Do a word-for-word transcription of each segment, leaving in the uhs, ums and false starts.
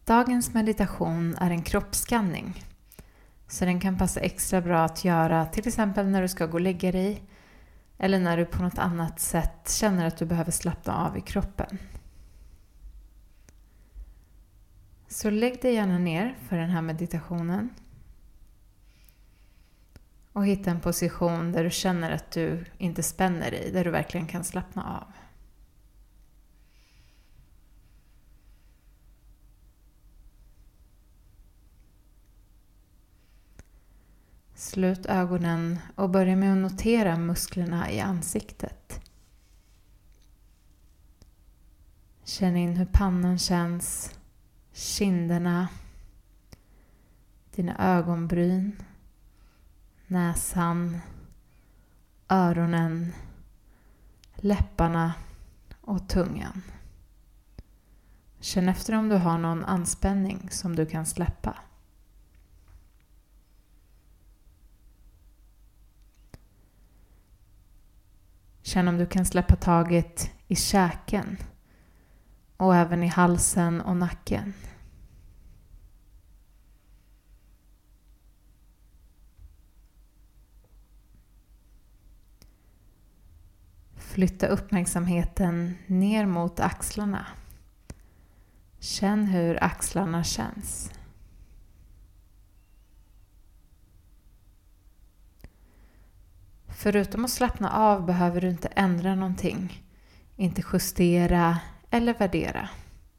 Dagens meditation är en kroppsskanning. Så den kan passa extra bra att göra till exempel när du ska gå och lägga dig. Eller när du på något annat sätt känner att du behöver slappna av i kroppen. Så lägg dig gärna ner för den här meditationen. Och hitta en position där du känner att du inte spänner dig. Där du verkligen kan slappna av. Slut ögonen och börja med att notera musklerna i ansiktet. Känn in hur pannan känns, kinderna, dina ögonbryn, näsan, öronen, läpparna och tungan. Känn efter om du har någon anspänning som du kan släppa. Känn om du kan släppa taget i käken och även i halsen och nacken. Flytta uppmärksamheten ner mot axlarna. Känn hur axlarna känns. Förutom att slappna av behöver du inte ändra någonting, inte justera eller värdera.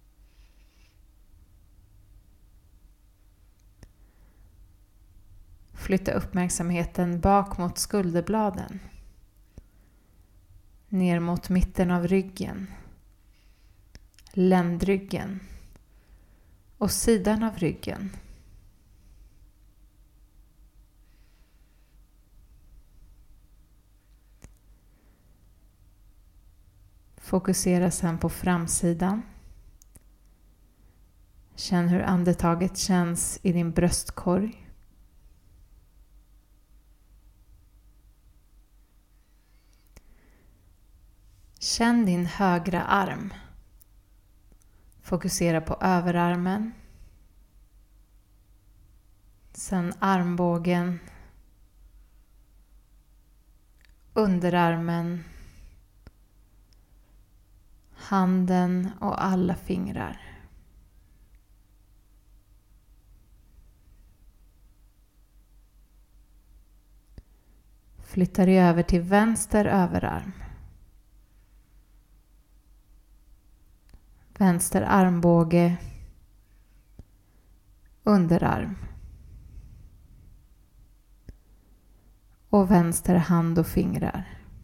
Flytta uppmärksamheten bak mot skulderbladen, ner mot mitten av ryggen, ländryggen och sidan av ryggen. Fokusera sedan på framsidan. Känn hur andetaget känns i din bröstkorg. Känn din högra arm. Fokusera på överarmen. Sen armbågen. Underarmen. Handen och alla fingrar. Flyttar dig över till vänster överarm. Vänster armbåge. Underarm. Och vänster hand och fingrar.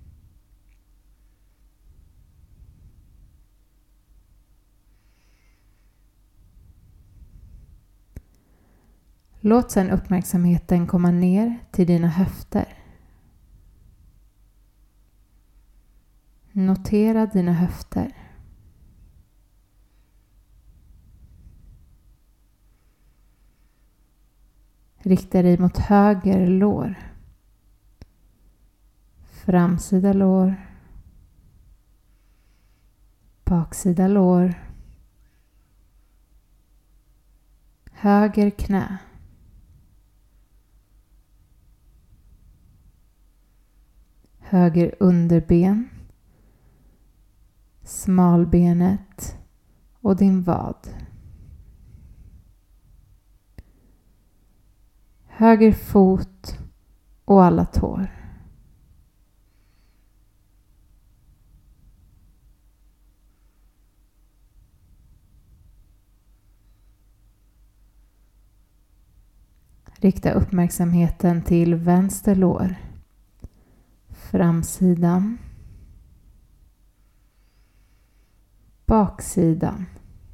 Låt sedan uppmärksamheten komma ner till dina höfter. Notera dina höfter. Rikta dig mot höger lår. Framsida lår. Baksida lår. Höger knä. Höger underben, smalbenet och din vad. Höger fot och alla tår. Rikta uppmärksamheten till vänster lår. Framsidan. Baksidan.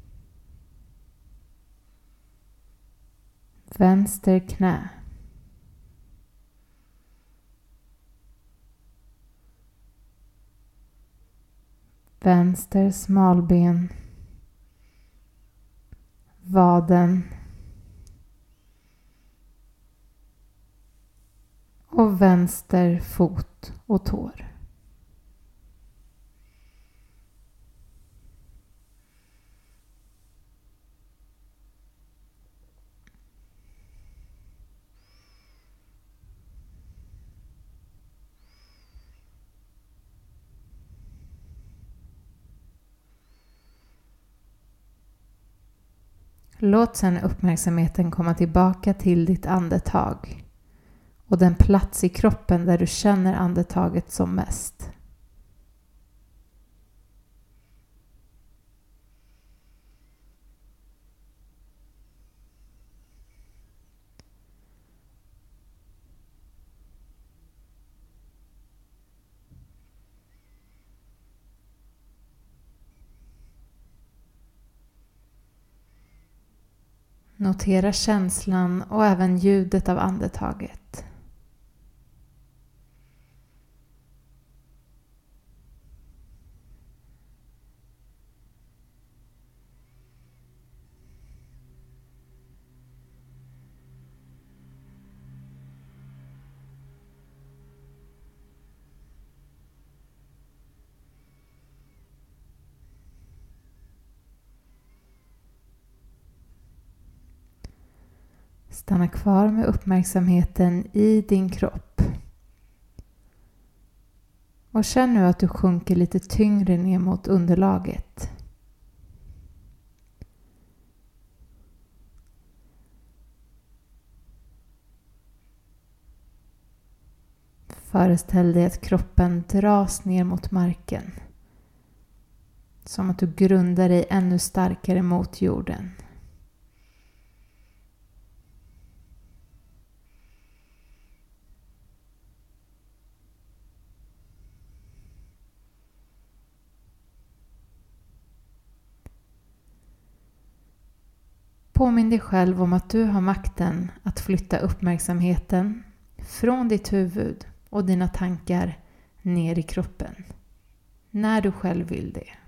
Vänster knä. Vänster smalben. Vaden. Och vänster fot och tår. Låt sedan uppmärksamheten komma tillbaka till ditt andetag och den plats i kroppen där du känner andetaget som mest. Notera känslan och även ljudet av andetaget. Stanna kvar med uppmärksamheten i din kropp. Och känn nu att du sjunker lite tyngre ner mot underlaget. Föreställ dig att kroppen dras ner mot marken. Som att du grundar dig ännu starkare mot jorden. Påminn dig själv om att du har makten att flytta uppmärksamheten från ditt huvud och dina tankar ner i kroppen. När du själv vill det.